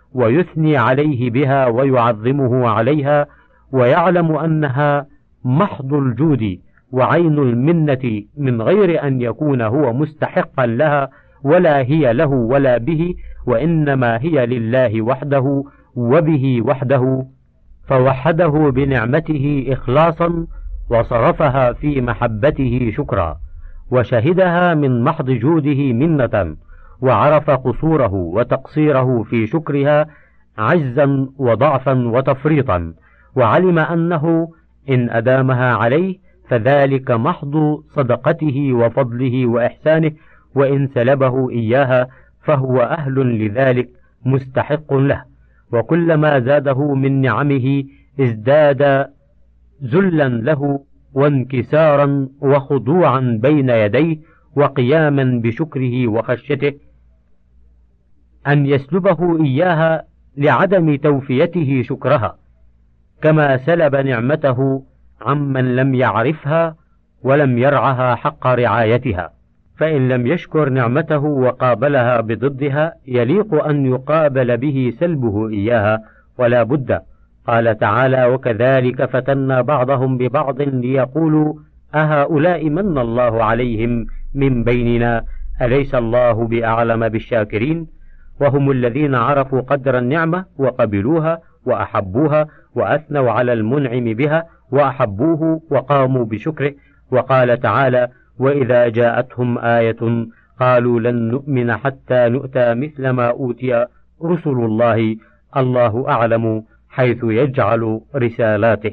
B: ويثني عليه بها ويعظمه عليها، ويعلم أنها محض الجود وعين المنة من غير أن يكون هو مستحقا لها ولا هي له ولا به، وإنما هي لله وحده وبه وحده، فوحده بنعمته إخلاصا وصرفها في محبته شكرا، وشهدها من محض جوده منة، وعرف قصوره وتقصيره في شكرها عجزا وضعفا وتفريطا، وعلم أنه إن أدامها عليه فذلك محض صدقته وفضله وإحسانه، وإن سلبه إياها فهو أهل لذلك مستحق له، وكلما زاده من نعمه ازداد ذلا له وانكسارا وخضوعا بين يديه وقياما بشكره وخشيته. أن يسلبه إياها لعدم توفيته شكرها، كما سلب نعمته عمن لم يعرفها ولم يرعها حق رعايتها، فإن لم يشكر نعمته وقابلها بضدها يليق أن يقابل به سلبه إياها ولا بد. قال تعالى: وكذلك فتنا بعضهم ببعض ليقولوا أهؤلاء من الله عليهم من بيننا أليس الله بأعلم بالشاكرين. وهم الذين عرفوا قدر النعمة وقبلوها وأحبوها وأثنوا على المنعم بها وأحبوه وقاموا بشكره. وقال تعالى: وإذا جاءتهم آية قالوا لن نؤمن حتى نؤتى مثل ما أوتي رسل الله الله أعلم حيث يجعل رسالاته.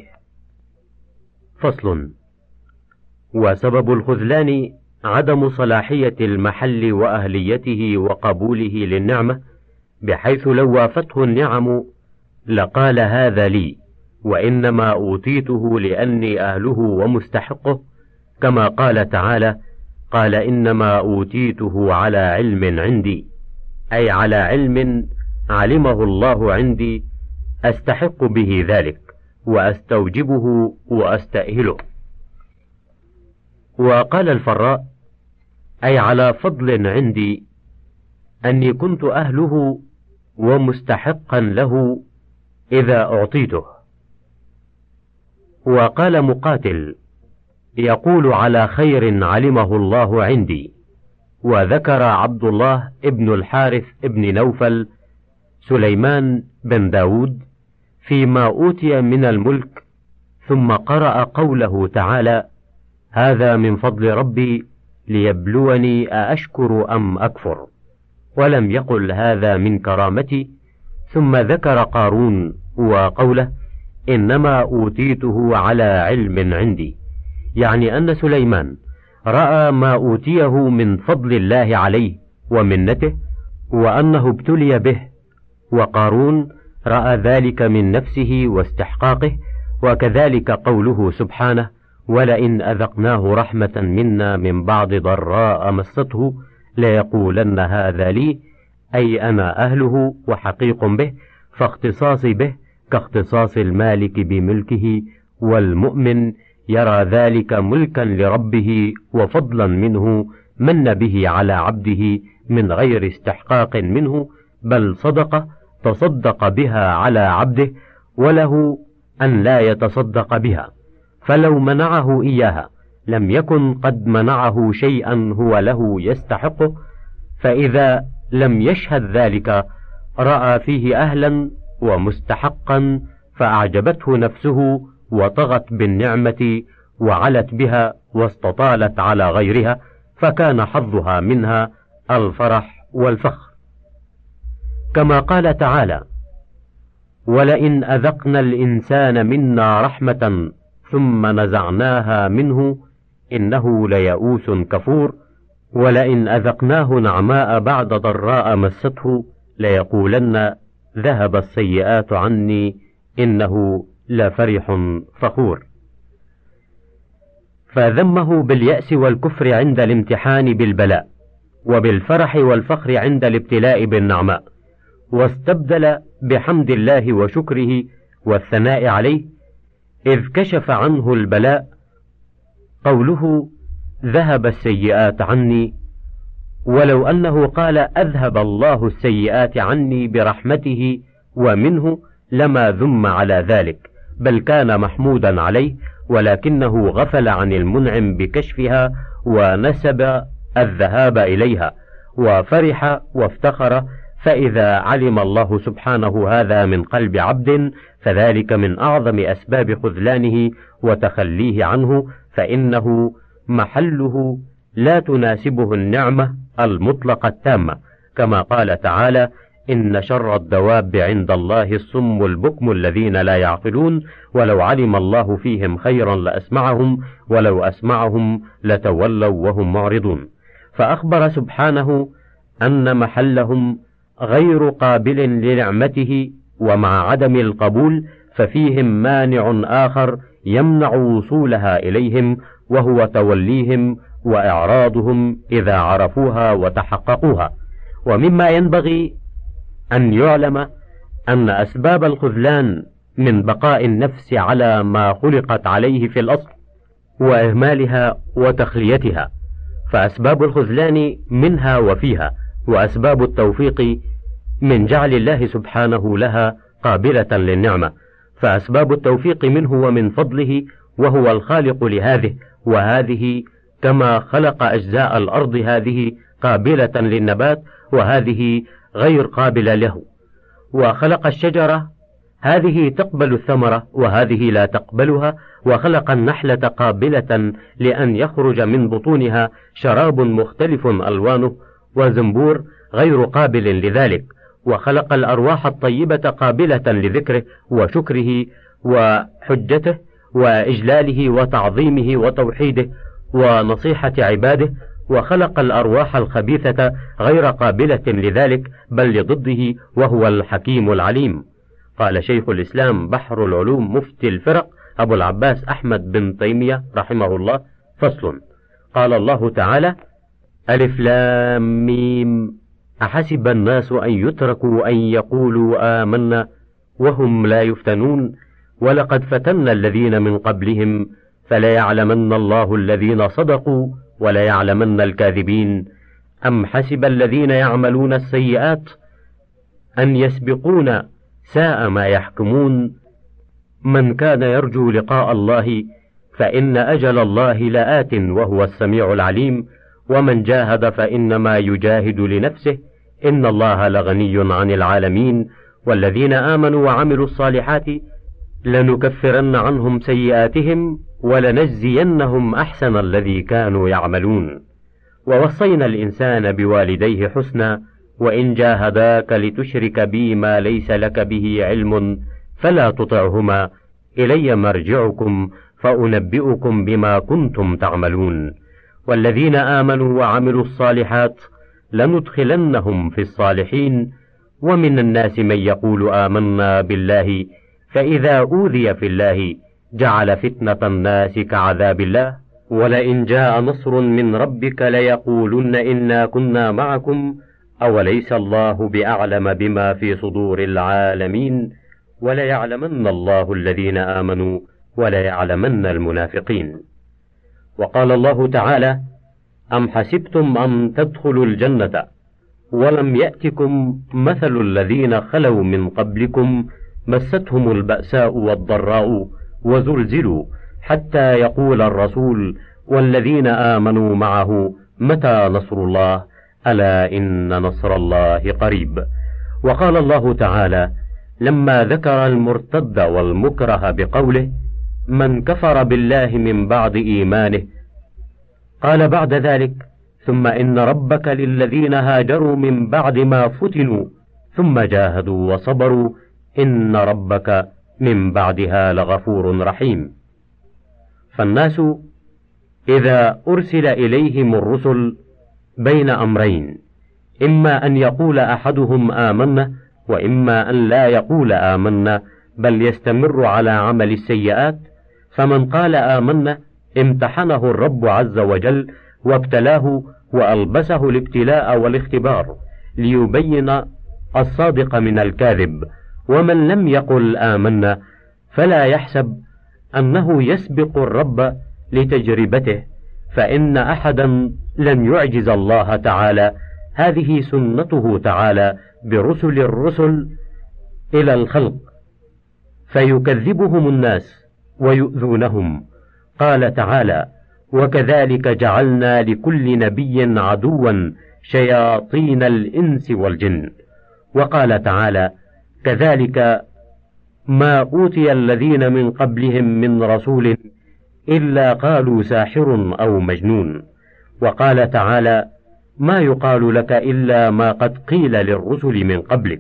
B: فصل. وسبب الخذلان عدم صلاحية المحل وأهليته وقبوله للنعمة، بحيث لو وافته النعم لقال هذا لي، وإنما أوتيته لأني أهله ومستحقه، كما قال تعالى: قال إنما أوتيته على علم عندي، أي على علم علمه الله عندي أستحق به ذلك وأستوجبه وأستأهله. وقال الفراء: أي على فضل عندي أني كنت أهله ومستحقا له إذا أعطيته. وقال مقاتل: يقول على خير علمه الله عندي. وذكر عبد الله ابن الحارث ابن نوفل سليمان بن داود فيما أوتي من الملك، ثم قرأ قوله تعالى: هذا من فضل ربي ليبلوني أأشكر أم أكفر، ولم يقل هذا من كرامتي. ثم ذكر قارون وقوله: إنما أوتيته على علم عندي، يعني أن سليمان رأى ما أوتيه من فضل الله عليه ومنته وأنه ابتلي به، وقارون رأى ذلك من نفسه واستحقاقه. وكذلك قوله سبحانه: ولئن أذقناه رحمة منا من بعد ضراء مسته ليقولن هذا لي، أي أنا أهله وحقيق به، فاختصاصي به كاختصاص المالك بملكه، والمؤمن يرى ذلك ملكا لربه وفضلا منه من به على عبده من غير استحقاق منه، بل صدقة تصدق بها على عبده، وله أن لا يتصدق بها، فلو منعه إياها لم يكن قد منعه شيئا هو له يستحقه. فإذا لم يشهد ذلك رأى فيه أهلا ومستحقا، فأعجبته نفسه وطغت بالنعمة وعلت بها واستطالت على غيرها، فكان حظها منها الفرح والفخر. كما قال تعالى: ولئن أذقنا الإنسان منا رحمة ثم نزعناها منه إنه ليئوس كفور، ولئن أذقناه نعماء بعد ضراء مسته ليقولن ذهب السيئات عني إنه لفرح فخور. فذمه باليأس والكفر عند الامتحان بالبلاء، وبالفرح والفخر عند الابتلاء بالنعماء، واستبدل بحمد الله وشكره والثناء عليه، إذ كشف عنه البلاء قوله ذهب السيئات عني، ولو أنه قال أذهب الله السيئات عني برحمته ومنه لما ذم على ذلك، بل كان محمودا عليه، ولكنه غفل عن المنعم بكشفها ونسب الذهاب إليها، وفرح وافتخر. فإذا علم الله سبحانه هذا من قلب عبد فذلك من أعظم أسباب خذلانه وتخليه عنه، فإنه محله لا تناسبه النعمة المطلقة التامة، كما قال تعالى: إن شر الدواب عند الله الصم البكم الذين لا يعقلون ولو علم الله فيهم خيرا لأسمعهم ولو أسمعهم لتولوا وهم معرضون. فأخبر سبحانه أن محلهم غير قابل لنعمته، ومع عدم القبول ففيهم مانع آخر يمنع وصولها إليهم، وهو توليهم وإعراضهم إذا عرفوها وتحققوها. ومما ينبغي أن يعلم أن أسباب الخذلان من بقاء النفس على ما خلقت عليه في الأصل وإهمالها وتخليتها، فأسباب الخذلان منها وفيها، وأسباب التوفيق من جعل الله سبحانه لها قابلة للنعمة. فأسباب التوفيق منه ومن فضله، وهو الخالق لهذه وهذه، كما خلق أجزاء الأرض هذه قابلة للنبات وهذه غير قابلة له، وخلق الشجرة هذه تقبل الثمرة وهذه لا تقبلها، وخلق النحلة قابلة لأن يخرج من بطونها شراب مختلف ألوانه، وزنبور غير قابل لذلك، وخلق الأرواح الطيبة قابلة لذكره وشكره وحجته وإجلاله وتعظيمه وتوحيده ونصيحة عباده، وخلق الأرواح الخبيثة غير قابلة لذلك بل لضده، وهو الحكيم العليم. قال شيخ الإسلام بحر العلوم مفتي الفرق أبو العباس أحمد بن تيمية رحمه الله: فصل. قال الله تعالى: ألف لام ميم أحسب الناس أن يتركوا أن يقولوا آمنا وهم لا يفتنون ولقد فتنا الذين من قبلهم فليعلمن الله الذين صدقوا وليعلمن الكاذبين. أم حسب الذين يعملون السيئات أن يسبقون ساء ما يحكمون. من كان يرجو لقاء الله فإن أجل الله لآت وهو السميع العليم، ومن جاهد فإنما يجاهد لنفسه إن الله لغني عن العالمين. والذين آمنوا وعملوا الصالحات لنكفرن عنهم سيئاتهم ولنجزينهم أحسن الذي كانوا يعملون. ووصينا الإنسان بوالديه حسنا وإن جاهداك لتشرك بي ما ليس لك به علم فلا تطعهما إلي مرجعكم فأنبئكم بما كنتم تعملون. والذين آمنوا وعملوا الصالحات لندخلنهم في الصالحين. ومن الناس من يقول آمنا بالله فإذا أوذي في الله جعل فتنة الناس كعذاب الله ولئن جاء نصر من ربك ليقولن إنا كنا معكم أوليس الله بأعلم بما في صدور العالمين وليعلمن الله الذين آمنوا وليعلمن المنافقين. وقال الله تعالى: أم حسبتم أن تدخلوا الجنة ولم يأتكم مثل الذين خلوا من قبلكم مستهم البأساء والضراء وزلزلوا حتى يقول الرسول والذين آمنوا معه متى نصر الله ألا إن نصر الله قريب. وقال الله تعالى لما ذكر المرتد والمكره بقوله: من كفر بالله من بعد إيمانه، قال بعد ذلك: ثم إن ربك للذين هاجروا من بعد ما فتنوا ثم جاهدوا وصبروا إن ربك من بعدها لغفور رحيم. فالناس إذا أرسل إليهم الرسل بين أمرين: إما أن يقول أحدهم آمنا وإما أن لا يقول آمنا بل يستمر على عمل السيئات. فمن قال آمنا امتحنه الرب عز وجل وابتلاه وألبسه الابتلاء والاختبار ليبين الصادق من الكاذب. ومن لم يقل آمنا فلا يحسب أنه يسبق الرب لتجربته، فإن أحدا لن يعجز الله تعالى، هذه سنته تعالى برسل الرسل إلى الخلق فيكذبهم الناس ويؤذونهم. قال تعالى: وكذلك جعلنا لكل نبي عدوا شياطين الإنس والجن. وقال تعالى: كذلك ما أوتي الذين من قبلهم من رسول إلا قالوا ساحر أو مجنون. وقال تعالى: ما يقال لك إلا ما قد قيل للرسل من قبلك.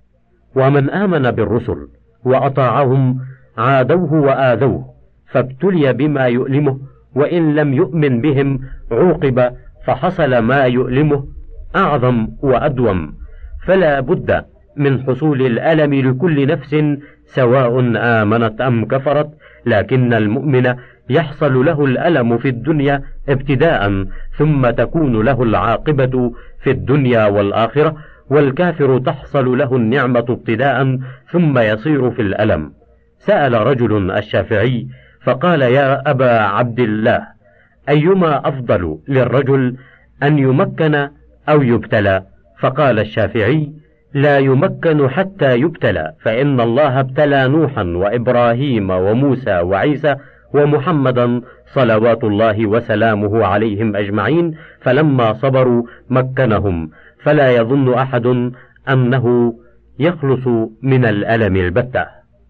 B: ومن آمن بالرسل وأطاعهم عادوه وآذوه، فابتلي بما يؤلمه، وإن لم يؤمن بهم عوقب فحصل ما يؤلمه أعظم وأدوم. فلا بد من حصول الألم لكل نفس سواء آمنت أم كفرت، لكن المؤمن يحصل له الألم في الدنيا ابتداء، ثم تكون له العاقبة في الدنيا والآخرة، والكافر تحصل له النعمة ابتداء ثم يصير في الألم. سأل رجل الشافعي فقال: يا أبا عبد الله، أيما أفضل للرجل، أن يمكن أو يبتلى؟ فقال الشافعي: لا يمكن حتى يبتلى، فإن الله ابتلى نوحا وإبراهيم وموسى وعيسى ومحمدا صلوات الله وسلامه عليهم أجمعين، فلما صبروا مكنهم، فلا يظن أحد أنه يخلص من الألم البتة.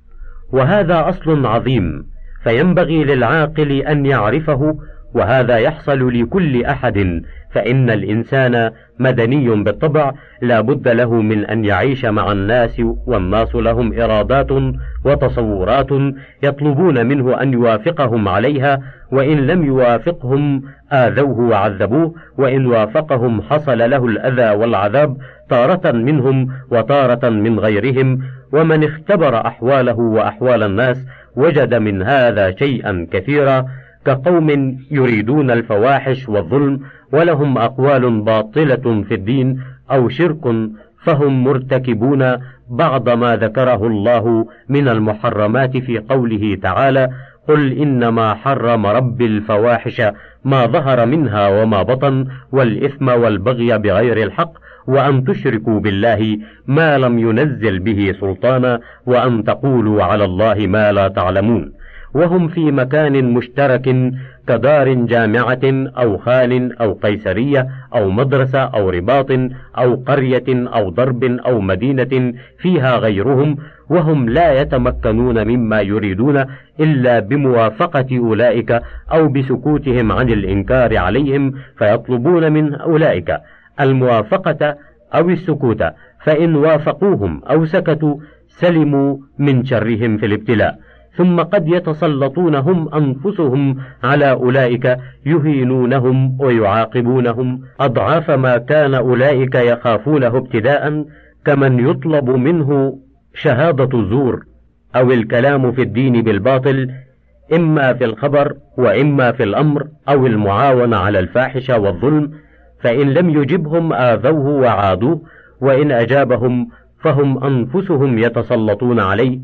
B: وهذا أصل عظيم، فينبغي للعاقل أن يعرفه، وهذا يحصل لكل أحد، فإن الإنسان مدني بالطبع، لا بد له من أن يعيش مع الناس، والناس لهم إرادات وتصورات يطلبون منه أن يوافقهم عليها، وإن لم يوافقهم آذوه وعذبوه، وإن وافقهم حصل له الأذى والعذاب تارة منهم وتارة من غيرهم. ومن اختبر أحواله وأحوال الناس وجد من هذا شيئا كثيرا، كقوم يريدون الفواحش والظلم ولهم أقوال باطلة في الدين أو شرك، فهم مرتكبون بعض ما ذكره الله من المحرمات في قوله تعالى: قل إنما حرم ربي الفواحش ما ظهر منها وما بطن والإثم والبغي بغير الحق وأن تشركوا بالله ما لم ينزل به سلطانا وأن تقولوا على الله ما لا تعلمون. وهم في مكان مشترك كدار جامعة أو خان أو قيسرية أو مدرسة أو رباط أو قرية أو ضرب أو مدينة فيها غيرهم، وهم لا يتمكنون مما يريدون إلا بموافقة أولئك أو بسكوتهم عن الإنكار عليهم، فيطلبون من أولئك الموافقة أو السكوت، فإن وافقوهم أو سكتوا سلموا من شرهم في الابتلاء. ثم قد يتسلطون هم أنفسهم على أولئك يهينونهم ويعاقبونهم أضعاف ما كان أولئك يخافونه ابتداء، كمن يطلب منه شهادة الزور أو الكلام في الدين بالباطل، إما في الخبر وإما في الأمر، أو المعاونة على الفاحشة والظلم، فإن لم يجبهم آذوه وعادوه، وإن أجابهم فهم أنفسهم يتسلطون عليه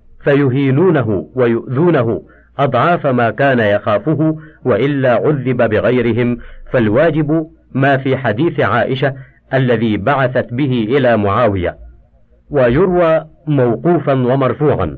B: فيهينونه ويؤذونه أضعاف ما كان يخافه، وإلا عذب بغيرهم. فالواجب ما في حديث عائشة الذي بعثت به إلى معاوية، ويروى موقوفا ومرفوعا: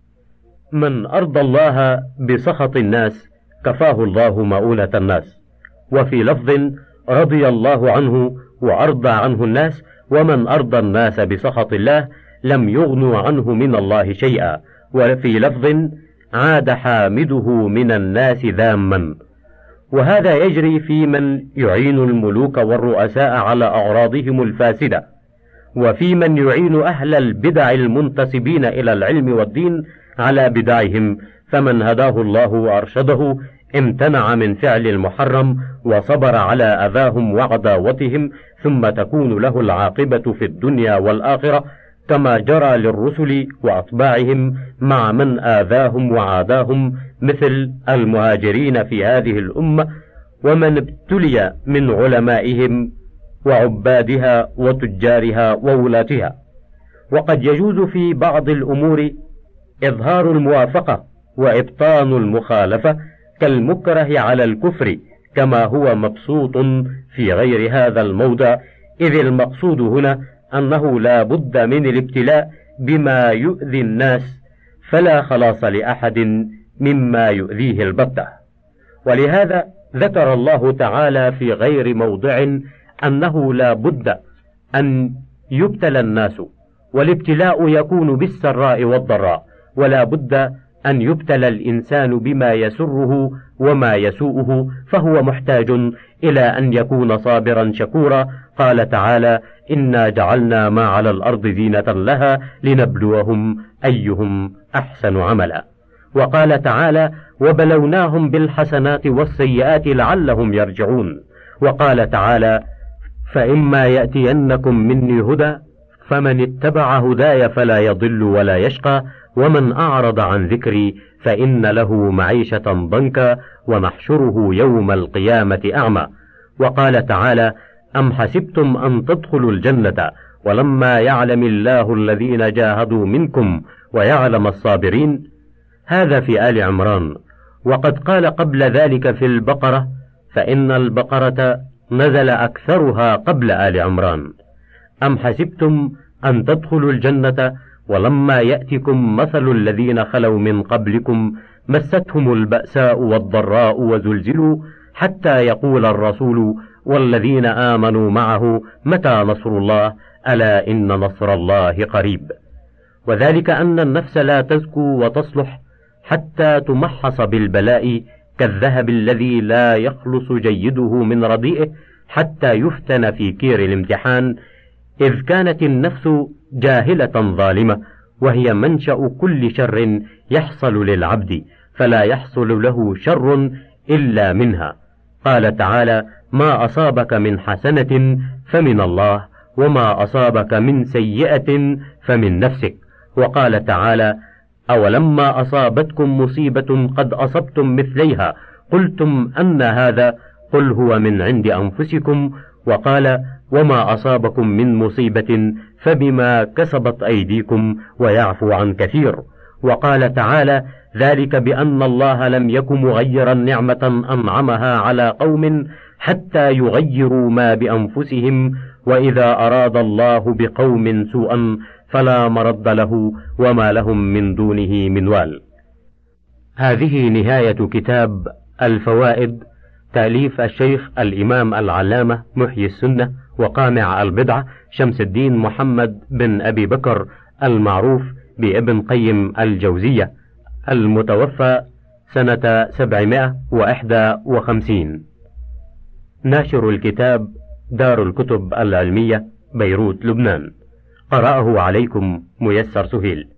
B: من أرضى الله بسخط الناس كفاه الله مؤونة الناس. وفي لفظ: رضي الله عنه وأرضى عنه الناس، ومن أرضى الناس بسخط الله لم يغنوا عنه من الله شيئا. وفي لفظ: عاد حامده من الناس ذاما. وهذا يجري في من يعين الملوك والرؤساء على أعراضهم الفاسدة، وفي من يعين أهل البدع المنتسبين إلى العلم والدين على بدعهم، فمن هداه الله وأرشده امتنع من فعل المحرم وصبر على أذاهم وعداوتهم، ثم تكون له العاقبة في الدنيا والآخرة، كما جرى للرسل وأتباعهم مع من آذاهم وعاداهم، مثل المهاجرين في هذه الأمة، ومن ابتلي من علمائهم وعبادها وتجارها وولاتها. وقد يجوز في بعض الأمور إظهار الموافقة وإبطان المخالفة، كالمكره على الكفر، كما هو مبسوط في غير هذا الموضع، إذ المقصود هنا أنه لا بد من الابتلاء بما يؤذي الناس فلا خلاص لأحد مما يؤذيه البتة. ولهذا ذكر الله تعالى في غير موضع أنه لا بد أن يبتلى الناس، والابتلاء يكون بالسراء والضراء، ولا بد أن يبتلى الإنسان بما يسره وما يسوءه، فهو محتاج إلى أن يكون صابرا شكورا. قال تعالى: إنا جعلنا ما على الأرض زينة لها لنبلوهم أيهم أحسن عملا. وقال تعالى: وبلوناهم بالحسنات والسيئات لعلهم يرجعون. وقال تعالى: فإما يأتينكم مني هدى فمن اتبع هداي فلا يضل ولا يشقى ومن أعرض عن ذكري فإن له معيشة ضنكا ونحشره يوم القيامة أعمى. وقال تعالى: أم حسبتم أن تدخلوا الجنة ولما يعلم الله الذين جاهدوا منكم ويعلم الصابرين. هذا في آل عمران. وقد قال قبل ذلك في البقرة، فإن البقرة نزل أكثرها قبل آل عمران. أم حسبتم أن تدخلوا الجنة ولما يأتكم مثل الذين خلوا من قبلكم مستهم البأساء والضراء وزلزلوا حتى يقول الرسول والذين آمنوا معه متى نصر الله ألا إن نصر الله قريب. وذلك أن النفس لا تزكو وتصلح حتى تمحص بالبلاء كالذهب الذي لا يخلص جيده من رديئه حتى يفتن في كير الامتحان، إذ كانت النفس جاهلة ظالمة، وهي منشأ كل شر يحصل للعبد، فلا يحصل له شر إلا منها. قال تعالى: ما أصابك من حسنة فمن الله وما أصابك من سيئة فمن نفسك. وقال تعالى: أولما أصابتكم مصيبة قد أصبتم مثليها قلتم أن هذا قل هو من عند أنفسكم. وقال: وما أصابكم من مصيبة فبما كسبت أيديكم ويعفو عن كثير. وقال تعالى: ذلك بأن الله لم يك مغيرا نعمة أنعمها على قوم حتى يغيروا ما بأنفسهم، وإذا أراد الله بقوم سوءا فلا مرد له وما لهم من دونه من وال. هذه نهاية كتاب الفوائد، تأليف الشيخ الإمام العلامة محيي السنة وقامع البدعة شمس الدين محمد بن أبي بكر المعروف بابن قيم الجوزية، المتوفى سنة سبعمائة وواحد وخمسين. ناشر الكتاب دار الكتب العلمية، بيروت، لبنان. قرأه عليكم ميسر سهيل.